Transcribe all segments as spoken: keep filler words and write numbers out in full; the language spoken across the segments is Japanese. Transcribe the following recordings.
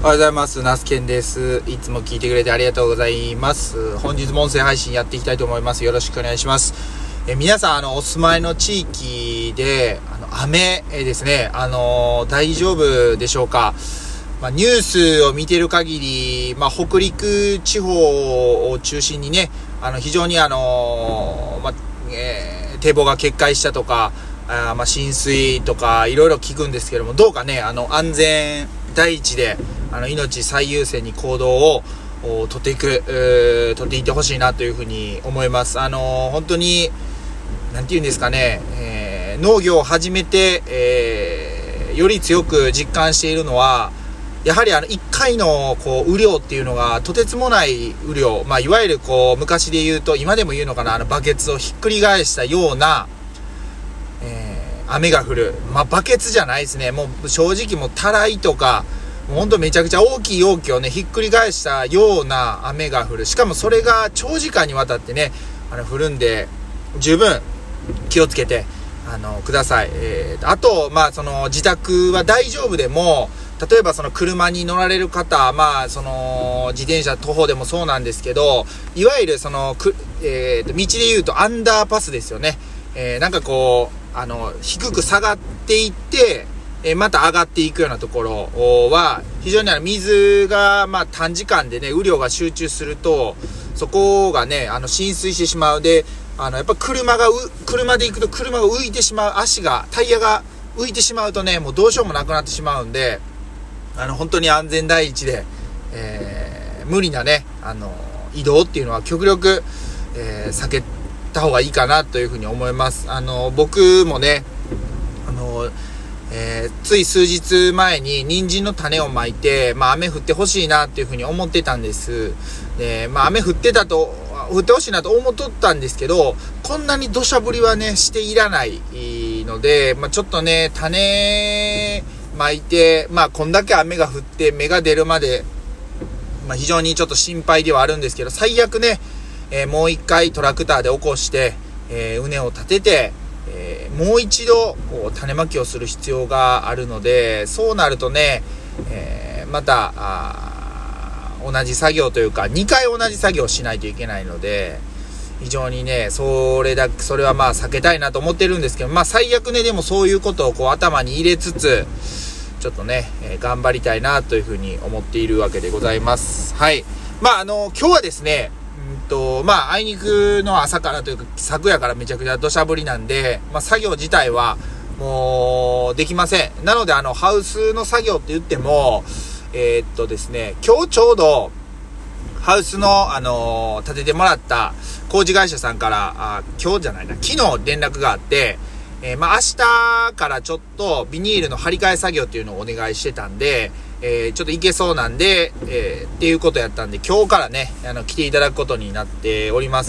おはようございます。ナスケンです。いつも聞いてくれてありがとうございます。本日も音声配信やっていきたいと思います。よろしくお願いします。え皆さん、あの、お住まいの地域で、あの、雨ですね、あの、大丈夫でしょうか。まあ、ニュースを見てる限り、まあ、北陸地方を中心にね、あの、非常にあの、まあ、えー、堤防が決壊したとか、あまあ、浸水とか、いろいろ聞くんですけども、どうかね、あの、安全第一で、あの、命最優先に行動を取っていく、えー、取っていってほしいなというふうに思います。あのー、本当に、なんていうんですかね、えー、農業を始めて、えー、より強く実感しているのは、やはりあの、いっかいの、こう、雨量っていうのが、とてつもない雨量、まあ、いわゆるこう、昔で言うと、今でも言うのかな、あの、バケツをひっくり返したような、えー、雨が降る。まあ、バケツじゃないですね。もう、正直もう、たらいとか、もうほんとめちゃくちゃ大きい容器をね、ひっくり返したような雨が降る。しかもそれが長時間にわたってね、あの、降るんで、十分気をつけて、あの、ください。えー、あと、まあ、その、自宅は大丈夫でも、例えばその車に乗られる方、まあ、その、自転車、徒歩でもそうなんですけど、いわゆるその、くえー、道で言うとアンダーパスですよね。えー、なんかこう、あの、低く下がっていって、えまた上がっていくようなところは非常にあの水がまあ短時間でね雨量が集中するとそこがねあの浸水してしまう。であのやっぱ車がう車で行くと車が浮いてしまう、足がタイヤが浮いてしまうとねもうどうしようもなくなってしまうんで、あの本当に安全第一で、えー、無理なねあの移動っていうのは極力、えー、避けた方がいいかなというふうに思います。あの僕もねあのえー、つい数日前に人参の種をまいて、まあ、雨降ってほしいなっていうふうに思ってたんです。で、まあ、雨降ってたと降ってほしいなと思っとったんですけど、こんなに土砂降りはねしていらないので、まあ、ちょっとね種まいて、まあ、こんだけ雨が降って芽が出るまで、まあ、非常にちょっと心配ではあるんですけど、最悪ね、えー、もう一回トラクターで起こして、えー、畝を立ててえー、もう一度こう種まきをする必要があるので、そうなるとね、えー、また同じ作業というかにかい同じ作業をしないといけないので、非常にねそれだそれはまあ避けたいなと思ってるんですけど、まあ最悪ねでもそういうことをこう頭に入れつつちょっとね、えー、頑張りたいなというふうに思っているわけでございます。はい。まああの今日はですねとまああいにくの朝からというか昨夜からめちゃくちゃ土砂降りなんで、まあ、作業自体はもうできません。なのであのハウスの作業って言ってもえー、っとですね今日ちょうどハウスのあのー、建ててもらった工事会社さんからあ今日じゃないな昨日連絡があって、えー、まあ明日からちょっとビニールの張り替え作業っていうのをお願いしてたんで、えー、ちょっと行けそうなんで、えー、っていうことやったんで今日からねあの来ていただくことになっております。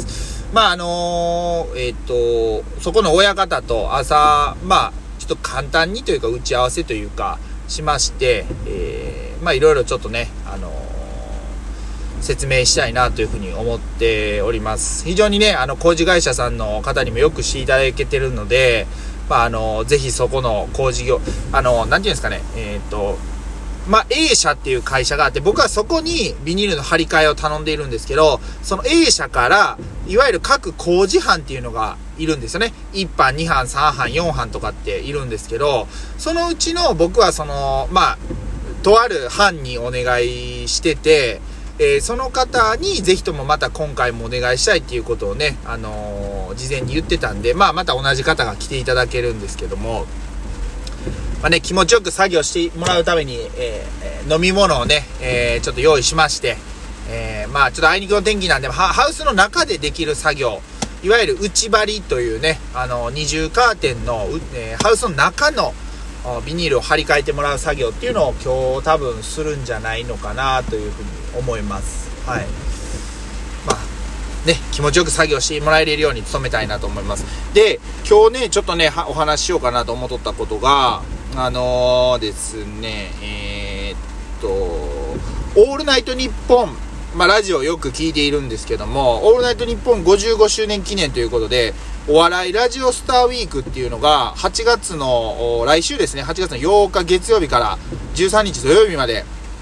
まああのー、えっとそこの親方と朝まあちょっと簡単にというか打ち合わせというかしまして、えー、まあいろいろちょっとねあのー説明したいなというふうに思っております。非常にねあの工事会社さんの方にもよくしていただけてるので、まああのぜひそこの工事業あのなんていうんですかねえっとまあ A 社っていう会社があって、僕はそこにビニールの張り替えを頼んでいるんですけど、その A 社からいわゆる各工事班っていうのがいるんですよね。いち班に班さん班よん班とかっているんですけど、そのうちの僕はそのまあとある班にお願いしてて、えー、その方にぜひともまた今回もお願いしたいっていうことをね、あのー、事前に言ってたんで、まあまた同じ方が来ていただけるんですけども、まあね、気持ちよく作業してもらうために、えー、飲み物をね、えー、ちょっと用意しまして、えー、まあちょっとあいにくの天気なんでハウスの中でできる作業、いわゆる内張りというね、あの二重カーテンの、えー、ハウスの中のビニールを張り替えてもらう作業っていうのを今日多分するんじゃないのかなというふうに思います。はい。まあね気持ちよく作業してもらえるように努めたいなと思います。で今日ねちょっとねお話ししようかなと思っとったことがあのー、ですねえー、っとオールナイトニッポン、まあラジオよく聞いているんですけども、オールナイトニッポンごじゅうごしゅうねん記念ということでお笑いラジオスターウィークっていうのがはちがつの来週ですねはちがつのようか月曜日からじゅうさんにち土曜日まで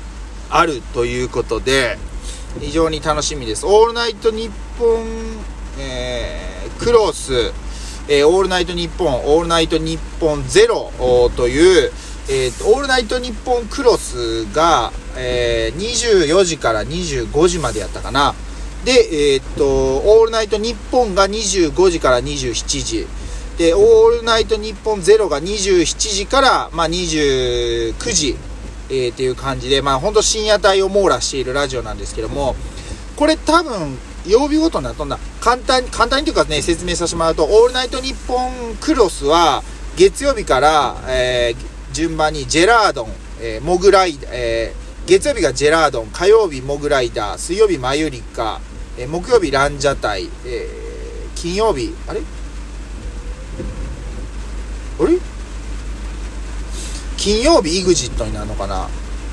あるということで非常に楽しみです。オールナイトニッポン、えー、クロス、えー、オールナイトニッポンオールナイトニッポンゼロという、えー、オールナイトニッポンクロスが、えー、にじゅうよじからにじゅうごじまでやったかな。で、えー、っとオールナイトニッポンがにじゅうごじからにじゅうしちじで、オールナイトニッポンゼロがにじゅうしちじから、まあ、にじゅうくじ、えー、っていう感じで、まあ本当深夜帯を網羅しているラジオなんですけども、これ多分曜日ごとになっとんだ。簡単に簡単にというかね、説明させてもらうと、オールナイトニッポンクロスは月曜日から、えー、順番にジェラードン、えー、モグライダー、えー、月曜日がジェラードン、火曜日モグライダー、水曜日マユリカ、えー、木曜日ランジャタイ、えー、金曜日あれあれ金曜日 イグジット になるのかな。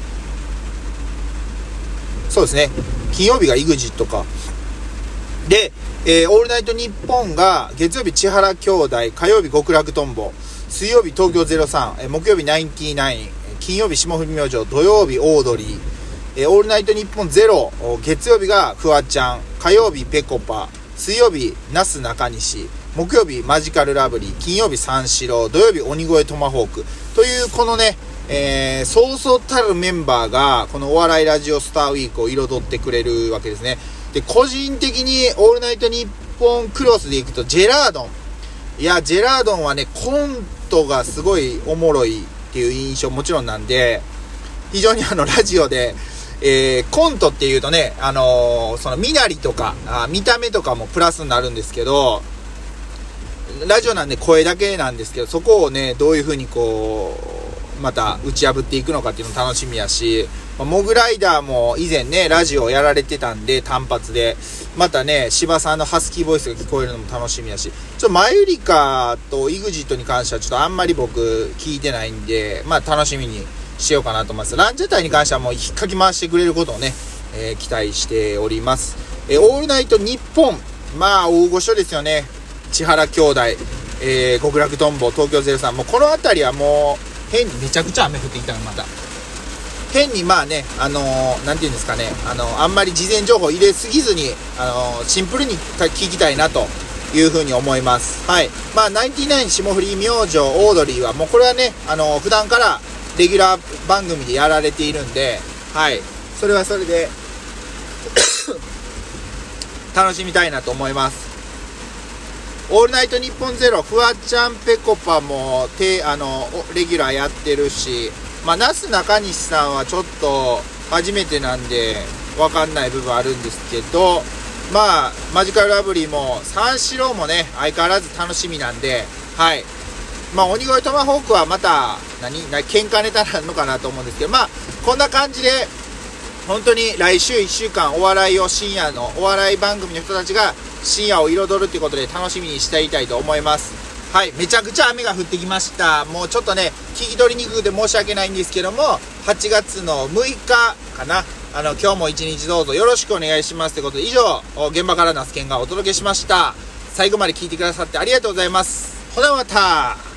そうですね、金曜日が イグジット か。で、えー、オールナイトニッポンが月曜日千原兄弟、火曜日極楽とんぼ、水曜日東京ゼロさん、えー、木曜日ナインティナイン、金曜日霜降り明星、土曜日オードリー、えー、オールナイトニッポンゼロ、月曜日がフワちゃん、火曜日ペコパ、水曜日なすなかにし、木曜日マジカルラブリー、金曜日三四郎、土曜日鬼越トマホークというこのね、えー、そうそうたるメンバーがこのお笑いラジオスターウィークを彩ってくれるわけですね。で、個人的にオールナイトニッポンクロスでいくとジェラードン、いやジェラードンはね、コントがすごいおもろいっていう印象もちろんなんで、非常にあのラジオでえー、コントっていうとね、あのー、その身なりとかあ見た目とかもプラスになるんですけど、ラジオなんで声だけなんですけど、そこをねどういう風にこうまた打ち破っていくのかっていうの楽しみやし、まあ、モグライダーも以前ねラジオやられてたんで単発で、またね芝さんのハスキーボイスが聞こえるのも楽しみやし、ちょっとマユリカと イグジット に関してはちょっとあんまり僕聞いてないんで、まあ楽しみにしようかなと思います。ランジャタイに関してはもう引っかき回してくれることをね、えー、期待しております。えー、オールナイトニッポン、まあ大御所ですよね。千原兄弟、えー、極楽とんぼ、東京ゼロさん、もうこの辺りはもう変にめちゃくちゃ雨降ってきたの。また変にまあね、あのー、なんていうんですかね、あのー、あんまり事前情報入れすぎずに、あのー、シンプルに聞きたいなというふうに思います。はい。まあナインティナイン霜降り明星オードリーはもうこれはね、あのー、普段からレギュラー番組でやられているんで、はい、それはそれで楽しみたいなと思います。オールナイトニッポンゼロ、フワちゃんペコパもてあのレギュラーやってるし、まあなすなかにしさんはちょっと初めてなんで分かんない部分あるんですけど、まあマジカルラブリーも三四郎もね相変わらず楽しみなんで、はい。まあ鬼越トマホークはまた何何喧嘩ネタなのかなと思うんですけど、まあこんな感じで本当に来週いっしゅうかんお笑いを深夜のお笑い番組の人たちが深夜を彩るということで楽しみにしていたいと思います。はい、めちゃくちゃ雨が降ってきました。もうちょっとね聞き取りにくくて申し訳ないんですけども、はちがつのむいかかな、あの今日も一日どうぞよろしくお願いしますということで、以上現場から那須健がお届けしました。最後まで聞いてくださってありがとうございます。ほなまた。